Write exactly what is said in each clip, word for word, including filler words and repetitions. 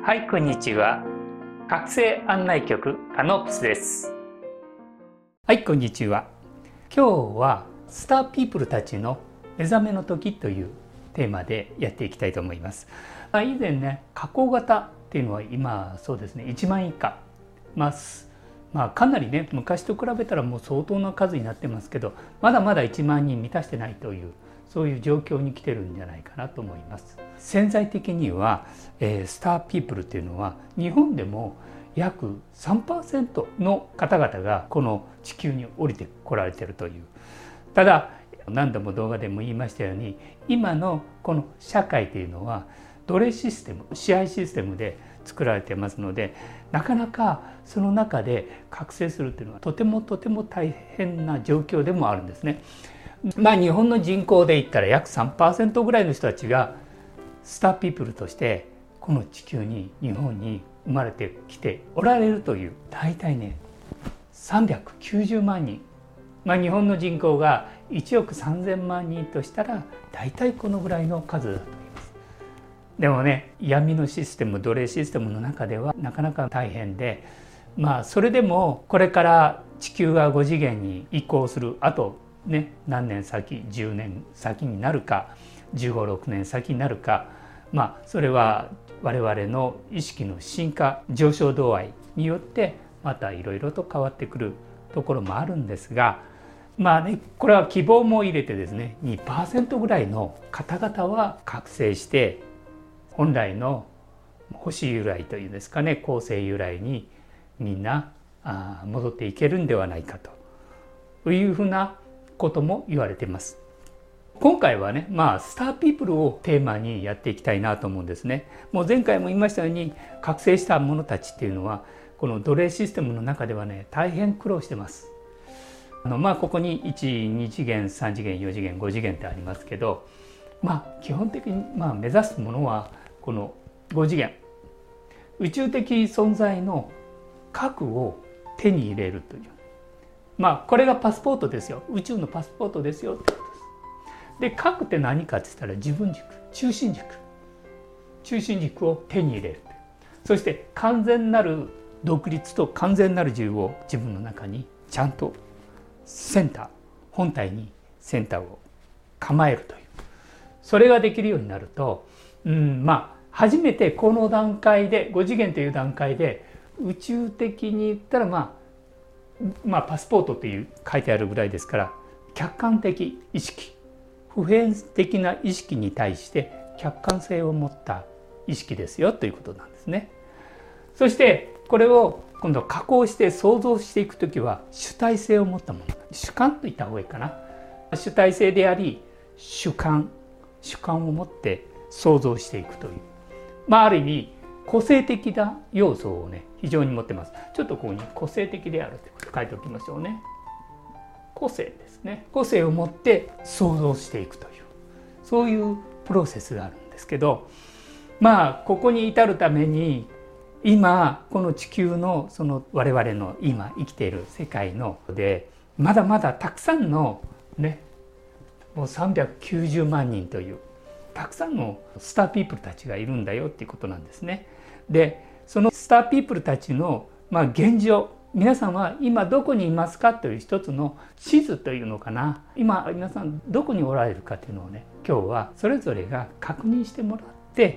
はい、こんにちは。覚醒案内局カノプスです。はい、こんにちは。今日はスターピープルたちの目覚めの時というテーマでやっていきたいと思います。以前ね、加工型っていうのは今そうですねいちまん以下、まあ、まあかなりね昔と比べたらもう相当な数になってますけど、まだまだいちまんにん満たしてないというそういう状況に来てるんじゃないかなと思います。潜在的には、えー、スターピープルっていうのは日本でも約 さんパーセント の方々がこの地球に降りてこられているという。ただ何度も動画でも言いましたように、今のこの社会というのは奴隷システム、支配システムで作られてますので、なかなかその中で覚醒するというのはとてもとても大変な状況でもあるんですね。まあ日本の人口で言ったら約 さんパーセント ぐらいの人たちがスターピープルとしてこの地球に日本に生まれてきておられるという、大体ねさんびゃくきゅうじゅうまんにん、まあ、日本の人口がいちおくさんぜんまんにんとしたら大体このぐらいの数だと思います。でもね、闇のシステム、奴隷システムの中ではなかなか大変で、まあそれでもこれから地球がご次元に移行する、あとね何年先、じゅうねん先になるかじゅうご、ろくねん先になるか、まあそれは我々の意識の進化上昇度合いによってまたいろいろと変わってくるところもあるんですが、まあねこれは希望も入れてですね にパーセント ぐらいの方々は覚醒して本来の星由来というんですかね、恒星由来にみんな戻っていけるんではないかというふうなことも言われています。今回はね、まあスターピープルをテーマにやっていきたいなと思うんですね。もう前回も言いましたように、覚醒した者たちっていうのはこの奴隷システムの中ではね大変苦労してます。あのまあここにいち、に次元、さん次元、よ次元、ご次元ってありますけど、まあ基本的にまあ目指すものはこのご次元、宇宙的存在の核を手に入れるという、まあこれがパスポートですよ、宇宙のパスポートですよってことです。で、核って何かって言ったら自分軸、中心軸中心軸を手に入れる。そして完全なる独立と完全なる自由を自分の中にちゃんとセンター、本体にセンターを構えるという、それができるようになると、うん、まあ初めてこの段階でご次元という段階で宇宙的に言ったら、まあまあパスポートっていう書いてあるぐらいですから、客観的意識、普遍的な意識に対して客観性を持った意識ですよということなんですね。そしてこれを今度加工して想像していくときは主体性を持ったもの、主観と言った方がいいかな。主体性であり主観、主観を持って想像していくという、まあある意味個性的な要素をね非常に持ってます。ちょっとここに個性的であるということを書いておきましょうね。個性ですね。個性を持って想像していくという、そういうプロセスがあるんですけど、まあここに至るために今この地球のその我々の今生きている世界のでまだまだたくさんのね、もうさんびゃくきゅうじゅうまんにんというたくさんのスターピープルたちがいるんだよっていうことなんですね。で、そのスターピープルたちのまあ現状、皆さんは今どこにいますかという一つの地図というのかな、今皆さんどこにおられるかというのをね今日はそれぞれが確認してもらって、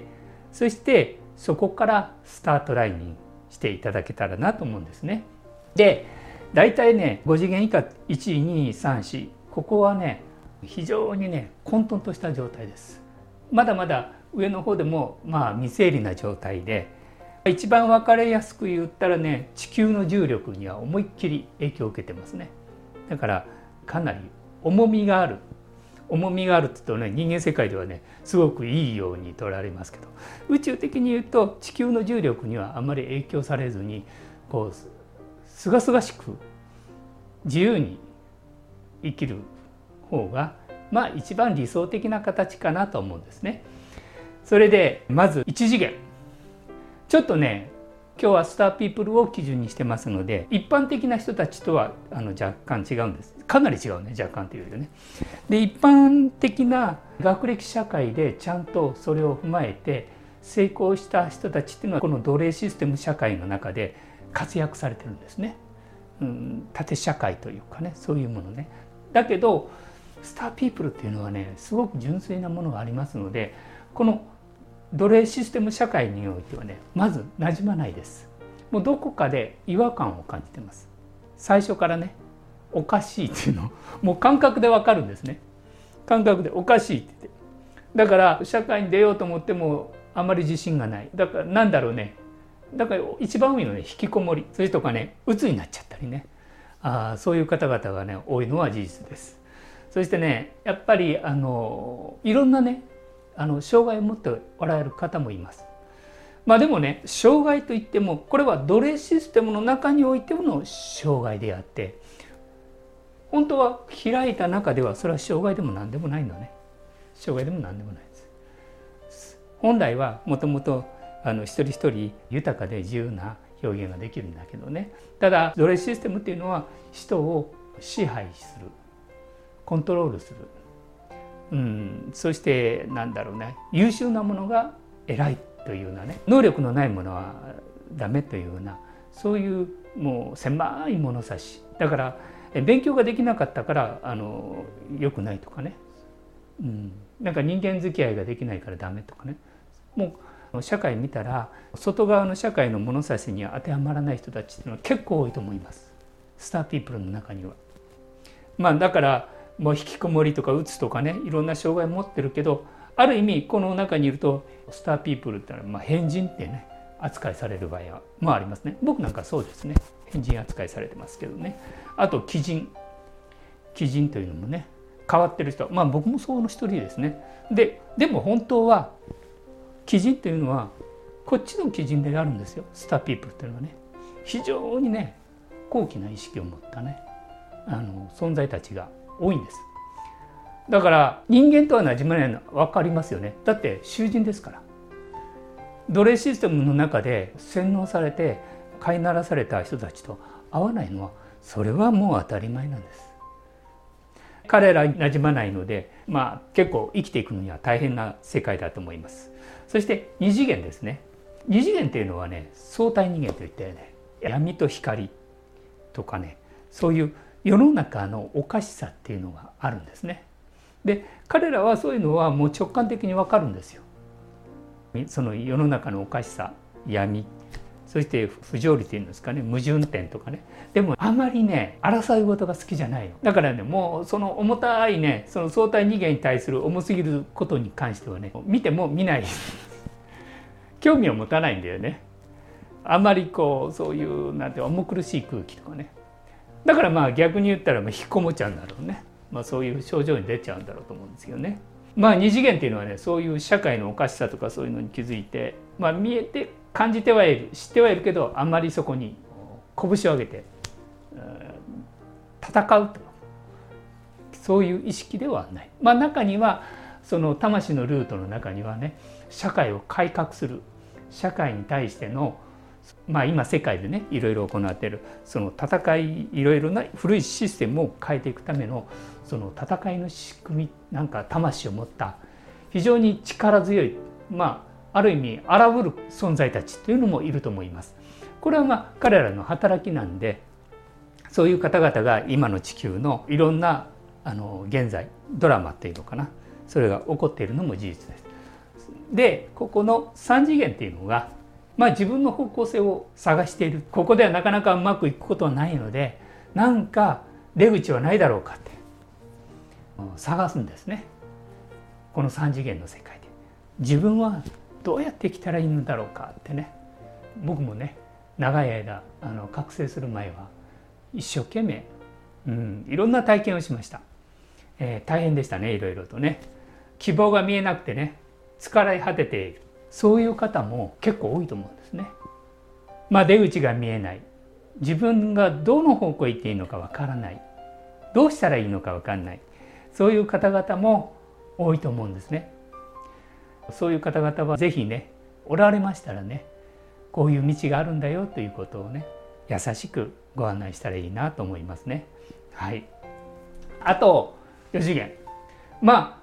そしてそこからスタートラインにしていただけたらなと思うんですね。で、だいたいねご次元以下いち、に、さん、よん、ここはね非常にね混沌とした状態です。まだまだ上の方でもまあ未整理な状態で、一番分かりやすく言ったらね、地球の重力には思いっきり影響を受けてますね。だからかなり重みがある重みがあるって言うとね、人間世界ではねすごくいいように取られますけど、宇宙的に言うと地球の重力にはあまり影響されずに、こうすがすがしく自由に生きる方がまあ一番理想的な形かなと思うんですね。それでまずいち次元、ちょっとね今日はスターピープルを基準にしてますので、一般的な人たちとはあの若干違うんです。かなり違うね、若干というよりね。で、一般的な学歴社会でちゃんとそれを踏まえて成功した人たちっていうのはこの奴隷システム社会の中で活躍されてるんですね。うん、縦社会というかね、そういうものね。だけどスターピープルっていうのはね、すごく純粋なものがありますので、この奴隷システム社会においてはね、まず馴染まないです。もうどこかで違和感を感じてます。最初からね、おかしいっていうのをもう感覚でわかるんですね。感覚でおかしいって言って、だから社会に出ようと思ってもあまり自信がない。だからなんだろうね、だから一番多いのはね、引きこもり、それとかね、鬱になっちゃったりね、あそういう方々がね多いのは事実です。そしてね、やっぱりあのいろんなね、あの障害を持っておられる方もいます。まあでもね、障害といってもこれは奴隷システムの中においてもの障害であって、本当は開いた中ではそれは障害でも何でもないのね。障害でも何でもないです。本来はもともとあの一人一人豊かで自由な表現ができるんだけどね。ただ奴隷システムっていうのは人を支配する、コントロールする、うん、そしてなんだろうね、優秀なものが偉いというようなね、能力のないものはダメというような、そういうもう狭い物差しだから、勉強ができなかったからあの良くないとかね、うん、なんか人間付き合いができないからダメとかね、もう社会見たら外側の社会の物差しには当てはまらない人たちっていうのは結構多いと思います。スターピープルの中には。まあだからもう引きこもりとかうつとかね、いろんな障害を持ってるけど、ある意味この中にいるとスターピープルってのはまあ変人ってね扱いされる場合はまあありますね。僕なんかそうですね、変人扱いされてますけどね。あと奇人、奇人というのもね、変わってる人、まあ僕もその一人ですね。ででも本当は奇人というのはこっちの奇人であるんですよ。スターピープルというのはね、非常にね高貴な意識を持ったね、あの存在たちが多いんです。だから人間とは馴染まないのは分かりますよね。だって囚人ですから。奴隷システムの中で洗脳されて飼いならされた人たちと会わないのは、それはもう当たり前なんです。彼らに馴染まないので、まあ結構生きていくのには大変な世界だと思います。そして二次元ですね。二次元っていうのはね、相対二元といってね、闇と光とかね、そういう世の中のおかしさっていうのがあるんですね。で彼らはそういうのはもう直感的に分かるんですよ。その世の中のおかしさ、闇、そして不条理っていうんですかね、矛盾点とかね。でもあまりね争い事が好きじゃないの。だからね、もうその重たいね、その相対二元に対する重すぎることに関してはね、見ても見ない興味を持たないんだよね。あんまりこうそういうなんて重苦しい空気とかね。だからまあ逆に言ったら引きこもっちゃうんだろうね。まあそういう症状に出ちゃうんだろうと思うんですけどね。まあ二次元っていうのはね、そういう社会のおかしさとかそういうのに気づいて、まあ見えて感じてはいる、知ってはいるけど、あんまりそこに拳を上げて戦うと、そういう意識ではない。まあ中にはその魂のルートの中にはね、社会を改革する、社会に対してのまあ今世界でねいろいろ行っているその戦い、いろいろな古いシステムを変えていくためのその戦いの仕組み、なんか魂を持った非常に力強い、まあある意味荒ぶる存在たちというのもいると思います。これはまあ彼らの働きなんで、そういう方々が今の地球のいろんなあの現在ドラマっていうのかな、それが起こっているのも事実です。でここの三次元っていうのがまあ自分の方向性を探している。ここではなかなかうまくいくことはないので、なんか出口はないだろうかって探すんですね。この三次元の世界で自分はどうやって生きたらいいのだろうかってね。僕もね長い間あの覚醒する前は一生懸命、うん、いろんな体験をしました、えー、大変でしたね。いろいろとね、希望が見えなくてね疲れ果てている、そういう方も結構多いと思うんですね。まあ出口が見えない、自分がどの方向へ行っていいのかわからない、どうしたらいいのかわからない、そういう方々も多いと思うんですね。そういう方々はぜひね、おられましたらね、こういう道があるんだよということをね、優しくご案内したらいいなと思いますね。はい。あとよ次元、まあ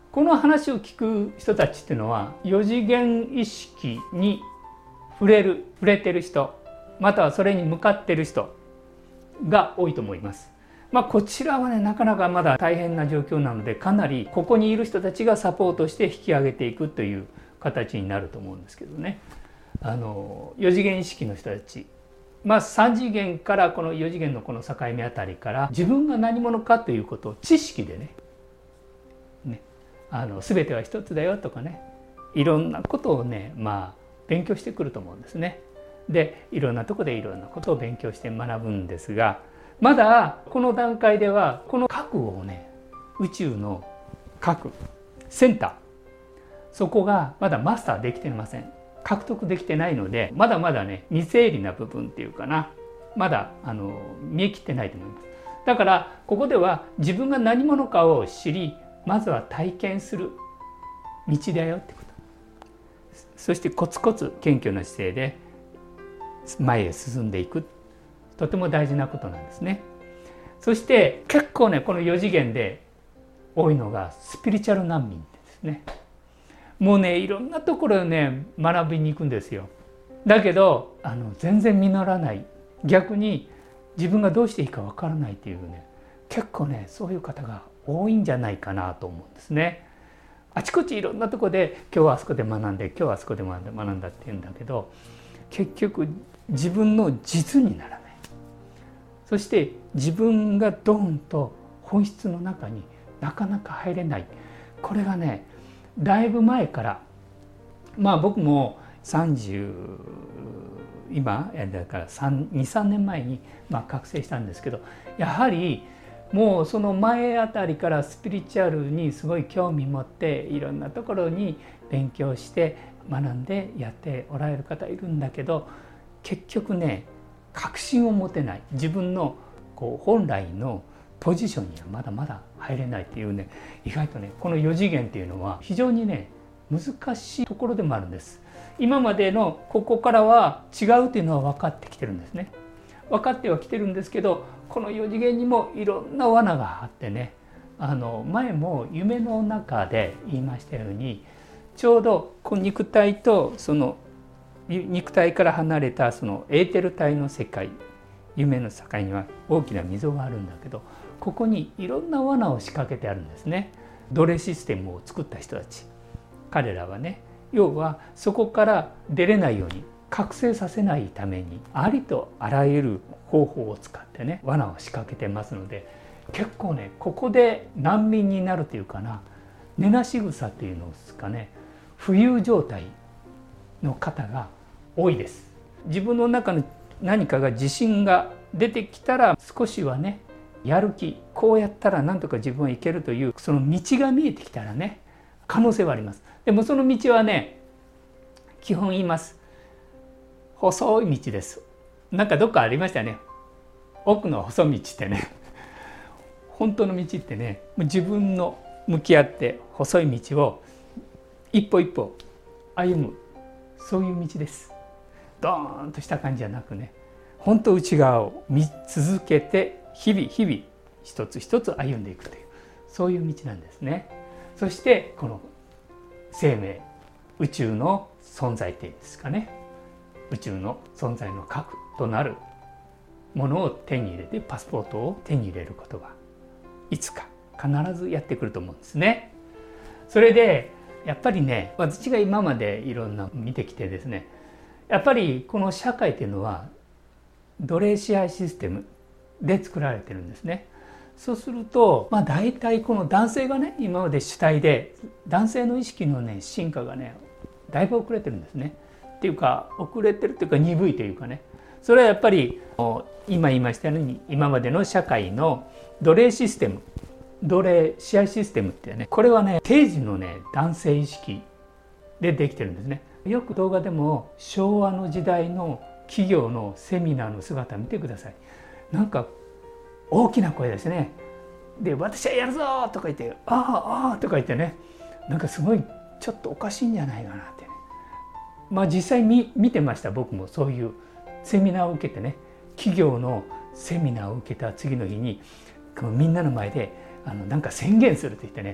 この話を聞く人たちっていうのはよ次元意識に触れる触れてる人、またはそれに向かってる人が多いと思います。まあ、こちらはねなかなかまだ大変な状況なので、かなりここにいる人たちがサポートして引き上げていくという形になると思うんですけどね。あのよ次元意識の人たち、まあ、さん次元からこのよ次元のこの境目あたりから自分が何者かということを知識でねねあの全ては一つだよとかね、いろんなことをねまあ勉強してくると思うんですね。でいろんなとこでいろんなことを勉強して学ぶんですが、まだこの段階ではこの核をね、宇宙の核センター、そこがまだマスターできていません。獲得できてないので、まだまだね未整理な部分っていうかな、まだあの見え切ってないと思います。だからここでは自分が何者かを知り、まずは体験する道だよってこと、そしてコツコツ謙虚な姿勢で前へ進んでいく、とても大事なことなんですね。そして結構ねこのよ次元で多いのがスピリチュアル難民ですね。もうねいろんなところでね学びに行くんですよ。だけどあの全然実らない、逆に自分がどうしていいかわからないっていうね、結構ねそういう方が多いんじゃないかなと思うんですね。あちこちいろんなところで今日はあそこで学んで今日はあそこで学んだって言うんだけど、結局自分の実にならない。そして自分がドーンと本質の中になかなか入れない。これがねだいぶ前から、まあ僕もさんじゅう今だからにさんねんまえにまあ覚醒したんですけど、やはりもうその前あたりからスピリチュアルにすごい興味持っていろんなところに勉強して学んでやっておられる方いるんだけど、結局ね確信を持てない、自分のこう本来のポジションにはまだまだ入れないっていうね、意外とねこのよ次元っていうのは非常にね難しいところでもあるんです。今までのここからは違うっていうのは分かってきてるんですね。分かってはきてるんですけど、このよ次元にもいろんな罠があってね、あの前も夢の中で言いましたように、ちょうどこの肉体とその肉体から離れたそのエーテル体の世界、夢の境には大きな溝があるんだけど、ここにいろんな罠を仕掛けてあるんですね。奴隷システムを作った人たち、彼らはね、要はそこから出れないように覚醒させないためにありとあらゆる方法を使ってね罠を仕掛けてますので、結構ねここで難民になるというかな、根なし草っていうのですかね、浮遊状態の方が多いです。自分の中の何かが自信が出てきたら少しはねやる気、こうやったらなんとか自分はいけるというその道が見えてきたらね可能性はあります。でもその道はね基本言います、細い道です。なんかどっかありましたね、奥の細道ってね本当の道ってね自分の向き合って細い道を一歩一歩歩む、そういう道です。ドーンとした感じじゃなくね、本当内側を見続けて日々日々一つ一つ歩んでいくという、そういう道なんですね。そしてこの生命、宇宙の存在っていうんですかね、宇宙の存在の核となるものを手に入れて、パスポートを手に入れることがいつか必ずやってくると思うんですね。それでやっぱりね、私が今までいろんな見てきてですね、やっぱりこの社会というのは奴隷支配システムで作られてるんですね。そうすると、まあ、大体この男性がね今まで主体で、男性の意識のね進化がねだいぶ遅れてるんですね。っていうか遅れてるというか鈍いというかね、それはやっぱり今言いましたように今までの社会の奴隷システム、奴隷支配システムってね、これはね定時のね男性意識でできてるんですね。よく動画でも昭和の時代の企業のセミナーの姿見てください。なんか大きな声ですね。で私はやるぞとか言ってああああとか言ってね、なんかすごいちょっとおかしいんじゃないかなってね。まあ実際 見, 見てました。僕もそういうセミナーを受けてね、企業のセミナーを受けた次の日にみんなの前であのなんか宣言すると言ってね、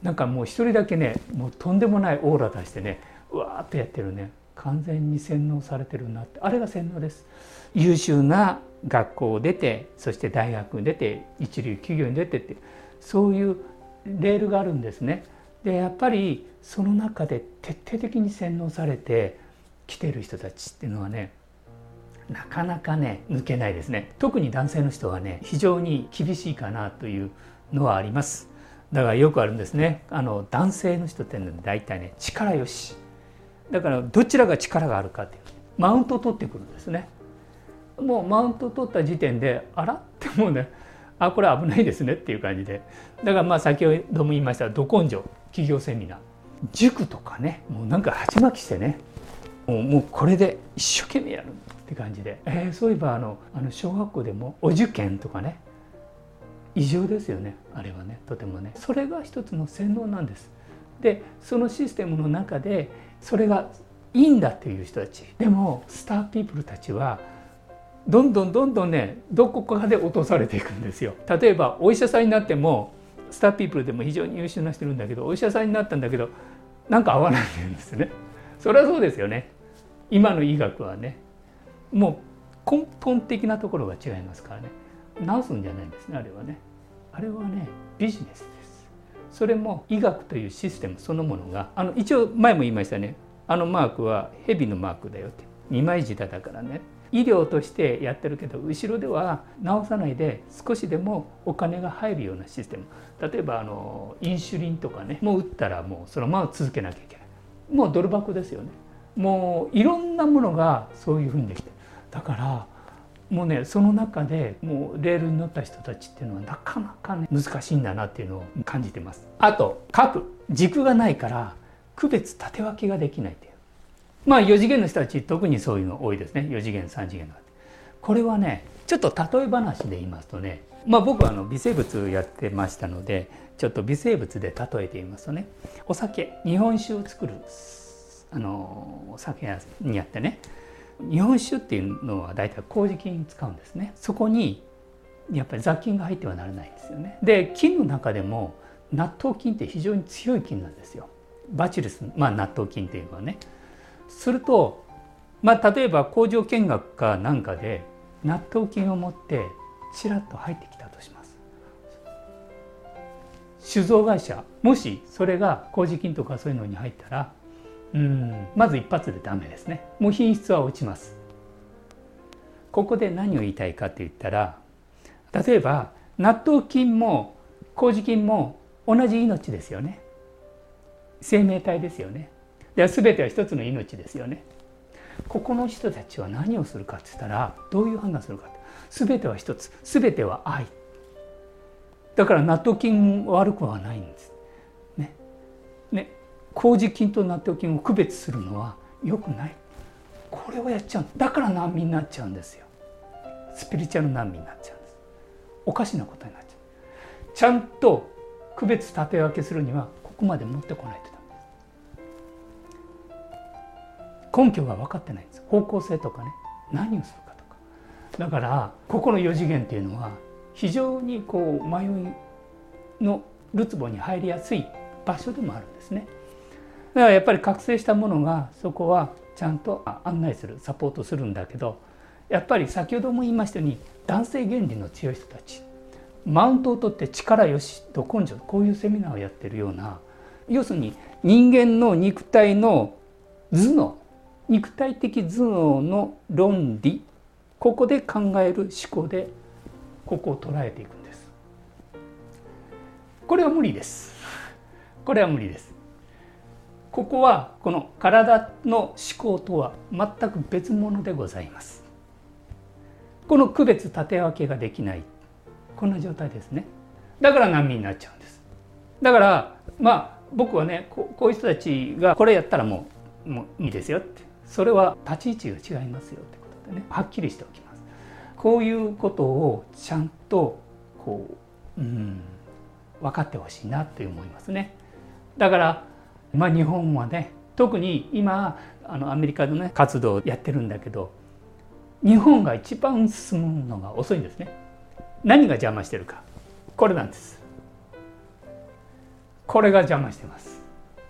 なんかもう一人だけねもうとんでもないオーラ出してねうわーっとやってるね、完全に洗脳されてるなって、あれが洗脳です。優秀な学校を出て、そして大学に出て、一流企業に出てって、そういうレールがあるんですね。でやっぱりその中で徹底的に洗脳されてきてる人たちっていうのはね、なかなかね抜けないですね。特に男性の人はね非常に厳しいかなというのはあります。だからよくあるんですね。あの男性の人ってのは大体ね力よし、だからどちらが力があるかっていうマウントを取ってくるんですね。もうマウントを取った時点であらってもうね、あこれ危ないですねっていう感じで、だからまあ先ほども言いましたど根性企業セミナー、塾とかねもうなんか鉢巻きしてね、もうもうこれで一生懸命やるって感じで、えー、そういえばあのあの小学校でもお受験とかね異常ですよね、あれはねとてもね。それが一つの洗脳なんです。でそのシステムの中でそれがいいんだという人たち、でもスターピープルたちはどんどんどんどんねどこかで落とされていくんですよ。例えばお医者さんになってもスターピープルでも非常に優秀な人いるんだけど、お医者さんになったんだけどなんか合わないんですよね。それはそうですよね。今の医学はねもう根本的なところが違いますからね。治すんじゃないんですね、あれはね。あれはねビジネスです。それも医学というシステムそのものが、あの一応前も言いましたね、あのマークは蛇のマークだよって、二枚舌だからね。医療としてやってるけど後ろでは治さないで少しでもお金が入るようなシステム、例えばあのインシュリンとかねもう打ったらもうそのまま続けなきゃいけない、もうドル箱ですよね。もういろんなものがそういうふうにできて、だからもうねその中でもうレールに乗った人たちっていうのはなかなかね難しいんだなっていうのを感じてます。あと核軸がないから区別縦分けができないっていう、まあよ次元の人たち特にそういうの多いですね。よ次元さん次元の。これはねちょっと例え話で言いますとね、まあ僕はあの微生物やってましたのでちょっと微生物で例えて言いますとね、お酒日本酒を作るあのお酒屋にやってね、日本酒っていうのは大体麹菌使うんですね。そこにやっぱり雑菌が入ってはならないんですよね。で菌の中でも納豆菌って非常に強い菌なんですよ。バチルス、まあ納豆菌っていうのはね。すると、まあ、例えば工場見学かなんかで納豆菌を持ってちらっと入ってきたとします。酒造会社もしそれが麹菌とかそういうのに入ったらうんまず一発でダメですね。もう品質は落ちます。ここで何を言いたいかって言ったら、例えば納豆菌も麹菌も同じ命ですよね。生命体ですよね。で全ては一つの命ですよね。ここの人たちは何をするかって言ったらどういう判断するかって、全ては一つ、全ては愛だから納豆菌悪くはないんですね。ね、麹菌と納豆菌を区別するのは良くない。これをやっちゃう。だから難民になっちゃうんですよ。スピリチュアル難民になっちゃうんです。おかしなことになっちゃう。ちゃんと区別縦分けするにはここまで持ってこないとダメです。根拠が分かってないんです。方向性とかね、何をするかとか。だからここのよ次元っていうのは非常にこう迷いのるつぼに入りやすい場所でもあるんですね。だからやっぱり覚醒したものがそこはちゃんと案内する、サポートするんだけど、やっぱり先ほども言いましたように男性原理の強い人たち、マウントを取って力よしと根性、こういうセミナーをやってるような、要するに人間の肉体の頭脳、肉体的頭脳の論理、ここで考える思考でここを捉えていくんです。これは無理です。これは無理です。ここはこの体の思考とは全く別物でございます。この区別縦分けができない、こんな状態ですね。だから難民になっちゃうんです。だからまあ僕はね、こう、こういう人たちがこれやったらもう、もういいですよって、それは立ち位置が違いますよってことでね、はっきりしておきます。こういうことをちゃんとこう、うん、分かってほしいなと思いますね。だからまあ日本はね、特に今あのアメリカのね活動をやってるんだけど、日本が一番進むのが遅いんですね。何が邪魔してるか、これなんです。 これが邪魔してます。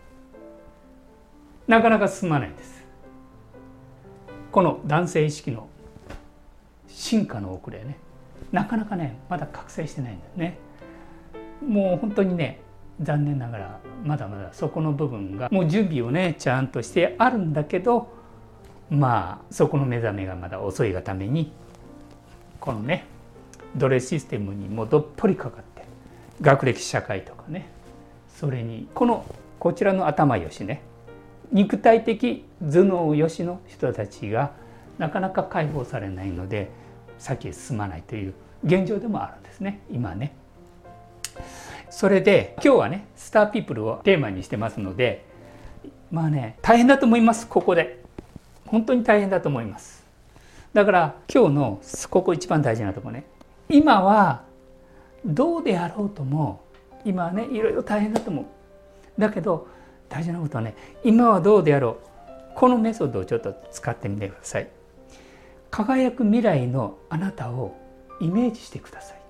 なかなか進まないんです。この男性意識の進化の遅れね、なかなかねまだ覚醒してないんだよね。もう本当にね残念ながらまだまだそこの部分がもう準備をねちゃんとしてあるんだけど、まあそこの目覚めがまだ遅いがためにこのね奴隷システムにもどっぷりかかって、学歴社会とかね、それにこのこちらの頭よしね、肉体的頭脳よしの人たちがなかなか解放されないので先へ進まないという現状でもあるんですね今ね。それで今日はねスターピープルをテーマにしてますので、まあね大変だと思います。ここで本当に大変だと思います。だから今日のここ一番大事なところね、今はどうであろうとも今はねいろいろ大変だと思う。だけど大事なことはね、今はどうであろう、このメソッドをちょっと使ってみてください。輝く未来のあなたをイメージしてください。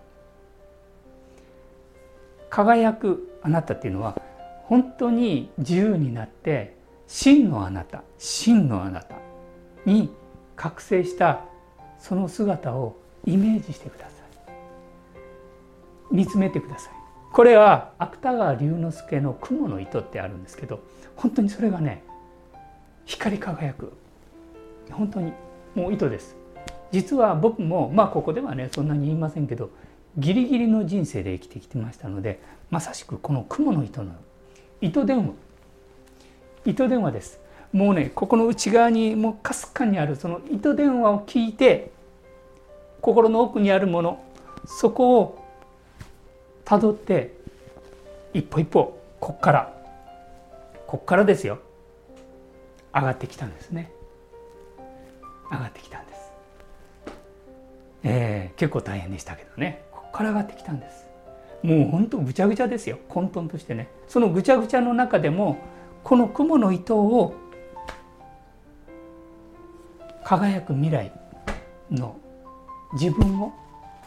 輝くあなたっていうのは本当に自由になって真のあなた、真のあなたに覚醒したその姿をイメージしてください。見つめてください。これは芥川龍之介の雲の糸ってあるんですけど、本当にそれがね光り輝く本当にもう糸です。実は僕もまあここではねそんなに言いませんけど、ギリギリの人生で生きてきてましたので、まさしくこの雲の糸の糸電話糸電話です。もうねここの内側にもうかすかにあるその糸電話を聞いて、心の奥にあるもの、そこをたどって一歩一歩こっからこっからですよ上がってきたんですね。上がってきたんです、えー、結構大変でしたけどね、こっから上がってきたんです。もう本当ぐちゃぐちゃですよ、混沌としてね。そのぐちゃぐちゃの中でもこの雲の糸を輝く未来の自分を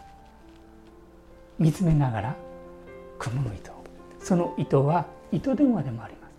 見つめながら、雲の糸、その糸は糸電話でもあります。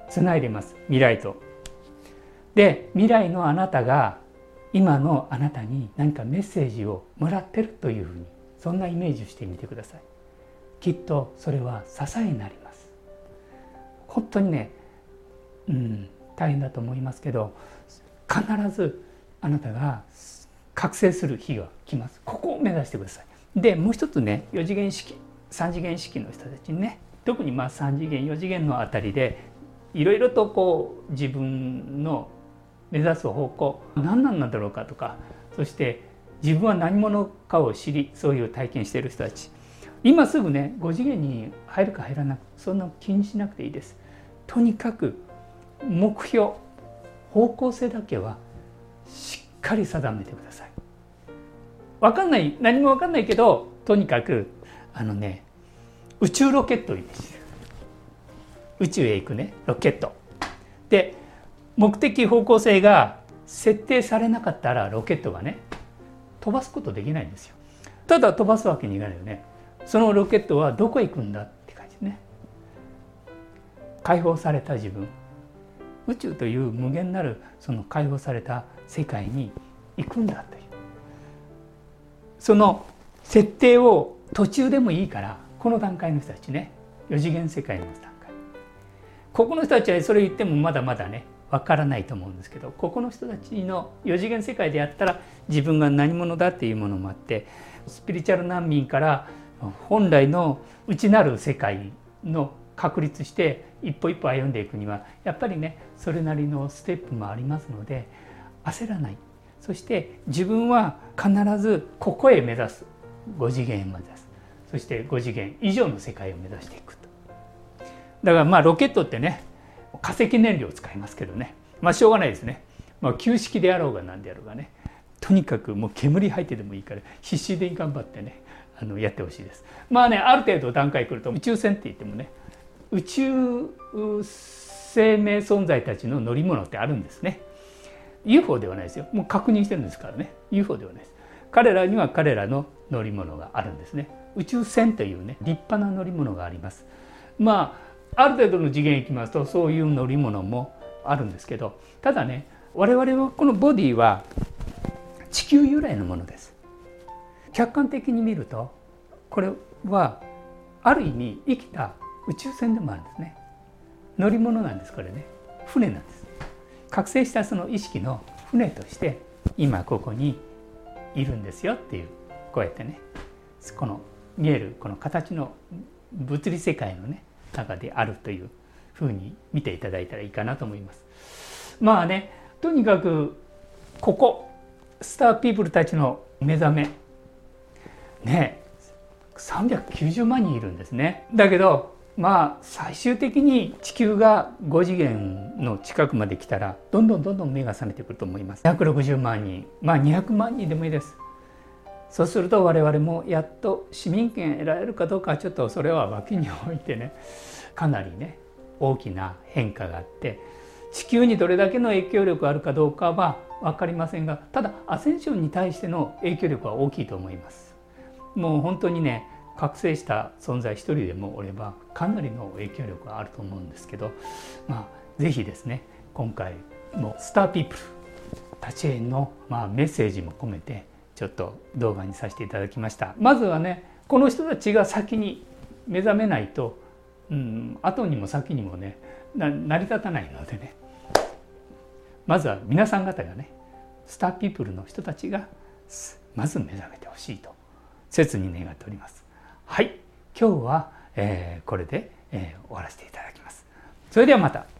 つないでます未来と。で未来のあなたが今のあなたに何かメッセージをもらってるというふうに、そんなイメージをしてみてください。きっとそれは支えになります。本当にね、うん、大変だと思いますけど、必ずあなたが覚醒する日が来ます。ここを目指してください。でもう一つね、よ次元意識、さん次元意識の人たちにね、特にまあさん次元よ次元のあたりでいろいろとこう自分の目指す方向何なんだろうかとか、そして自分は何者かを知り、そういう体験している人たち、今すぐねご次元に入るか入らなく、そんな気にしなくていいです。とにかく目標、方向性だけはしっかり定めてください。分かんない、何も分かんないけど、とにかくあのね宇宙ロケットをイメージする。宇宙へ行くねロケットで、目的方向性が設定されなかったらロケットがね飛ばすことできないんですよ。ただ飛ばすわけにいかないよね。そのロケットはどこへ行くんだって感じね。解放された自分、宇宙という無限なるその解放された世界に行くんだという、その設定を途中でもいいから、この段階の人たちね、よ次元世界の段階、ここの人たちはそれ言ってもまだまだねわからないと思うんですけど、ここの人たちのよ次元世界でやったら自分が何者だっていうものもあって、スピリチュアル難民から本来の内なる世界の確立して一歩一歩歩んでいくには、やっぱりねそれなりのステップもありますので、焦らない。そして自分は必ずここへ目指す、ご次元へ目指す、そしてご次元以上の世界を目指していくと。だからまあロケットってね化石燃料を使いますけどね、まあしょうがないですね。まあ旧式であろうが何であろうがね、とにかくもう煙吐いてでもいいから必死で頑張ってねあのやってほしいです。まあね、ある程度段階来ると宇宙船って言ってもね、宇宙生命存在たちの乗り物ってあるんですね。 ユーフォー ではないですよ。もう確認してるんですからね。 ユーフォー ではないです。彼らには彼らの乗り物があるんですね。宇宙船というね立派な乗り物があります。 まあある程度の次元いきますとそういう乗り物もあるんですけど、ただね我々はこのボディは地球由来のものです。客観的に見るとこれはある意味生きた宇宙船でもあるんですね。乗り物なんです。これね船なんです。覚醒したその意識の船として今ここにいるんですよっていう、こうやってねこの見えるこの形の物理世界のね中であるというふうに見ていただいたらいいかなと思います。まあね、とにかくここスターピープルたちの目覚めねさんびゃくきゅうじゅうまんにんいるんですね。だけどまあ最終的に地球がご次元の近くまで来たらどんどんどんどん目が覚めてくると思います。ひゃくろくじゅうまんにん、まあにひゃくまんにんでもいいです。そうすると我々もやっと市民権得られるかどうかはちょっとそれは脇に置いてね、かなりね大きな変化があって地球にどれだけの影響力があるかどうかは分かりませんが、ただアセンションに対しての影響力は大きいと思います。もう本当にね覚醒した存在一人でもおればかなりの影響力があると思うんですけど、まあ是非ですね今回もスターピープルたちへの、まあ、メッセージも込めてちょっと動画にさせていただきました。まずはねこの人たちが先に目覚めないと、うん、後にも先にもね成り立たないのでね、まずは皆さん方がねスターピープルの人たちがまず目覚めてほしいと切に願っております。はい、今日は、えー、これで、えー、終わらせていただきます。それではまた。